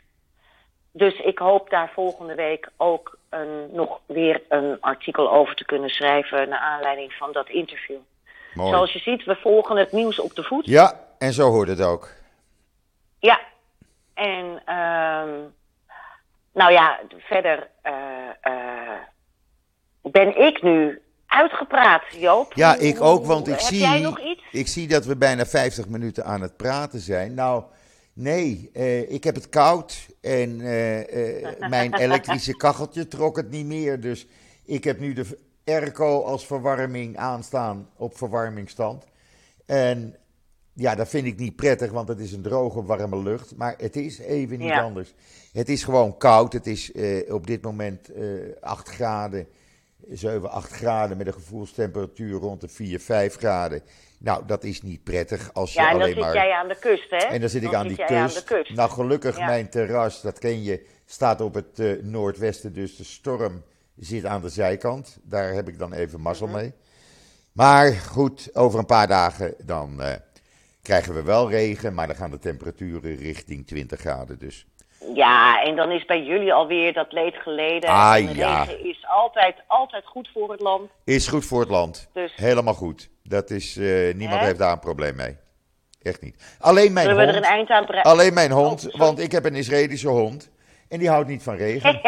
Dus ik hoop daar volgende week ook een, nog weer een artikel over te kunnen schrijven naar aanleiding van dat interview. Mooi. Zoals je ziet, we volgen het nieuws op de voet. Ja, en zo hoort het ook. Ja. En um, nou ja, verder uh, uh, ben ik nu uitgepraat, Joop. Ja, ik ook, want ik Heb zie, jij nog iets? ik zie dat we bijna vijftig minuten aan het praten zijn. Nou, nee, uh, ik heb het koud en uh, uh, mijn elektrische kacheltje trok het niet meer. Dus ik heb nu de airco als verwarming aanstaan op verwarmingsstand. En ja, dat vind ik niet prettig, want het is een droge, warme lucht. Maar het is even niet Ja. anders. Het is gewoon koud. Het is uh, op dit moment uh, acht graden. zeven, acht graden met een gevoelstemperatuur rond de vier, vijf graden. Nou, dat is niet prettig als je Ja, en dan alleen zit maar... jij aan de kust, hè? En dan zit ik aan die jij kust. aan de kust. Nou, gelukkig Ja. mijn terras, dat ken je, staat op het uh, noordwesten. Dus de storm zit aan de zijkant. Daar heb ik dan even mazzel Mhm. mee. Maar goed, over een paar dagen dan uh, krijgen we wel regen. Maar dan gaan de temperaturen richting twintig graden dus. Ja, en dan is bij jullie alweer dat leed geleden. Ah, en de ja. regen is altijd, altijd goed voor het land. Is goed voor het land. Dus Helemaal goed. Dat is, uh, niemand Hè? heeft daar een probleem mee. Echt niet. Alleen mijn zullen we er hond. een eind aan breien? Alleen mijn hond, Oh, sorry. want ik heb een Israëlische hond. En die houdt niet van regen.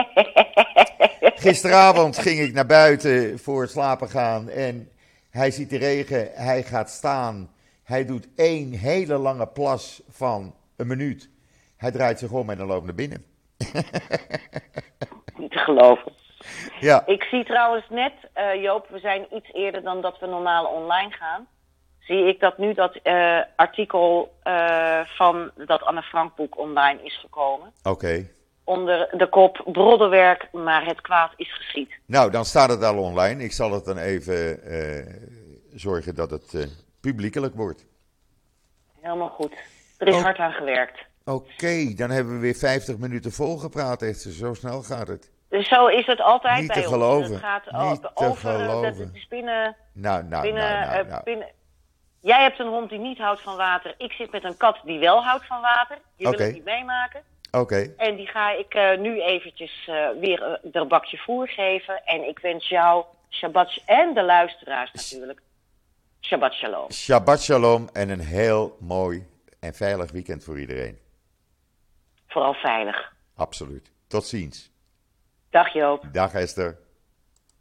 Gisteravond ging ik naar buiten voor het slapen gaan. En hij ziet de regen. Hij gaat staan. Hij doet één hele lange plas van een minuut. Hij draait zich om en dan loopt naar binnen. Niet te geloven. Ja, Ik zie trouwens net, uh, Joop, we zijn iets eerder dan dat we normaal online gaan. Zie ik dat nu dat uh, artikel uh, van dat Anne Frank boek online is gekomen. oké. Okay. Onder de kop broddelwerk, maar het kwaad is geschied. Nou, dan staat het al online. Ik zal het dan even uh, zorgen dat het uh, publiekelijk wordt. Helemaal goed. Er is oh. hard aan gewerkt. Oké, okay, dan hebben we weer vijftig minuten volgepraat, Esther. Zo snel gaat het. Dus zo is het altijd Niet bij te ons. Geloven. Het gaat Niet te over, geloven. Dat het is binnen, nou, nou, binnen, nou, nou, uh, nou. binnen... Jij hebt een hond die niet houdt van water. Ik zit met een kat die wel houdt van water. Die okay. wil ik niet meemaken. Oké. Okay. En die ga ik uh, nu eventjes uh, weer uh, er bakje voer geven. En ik wens jou, Shabbat, en de luisteraars natuurlijk, Shabbat Shalom. Shabbat Shalom en een heel mooi en veilig weekend voor iedereen. Vooral veilig. Absoluut. Tot ziens. Dag Joop. Dag Esther.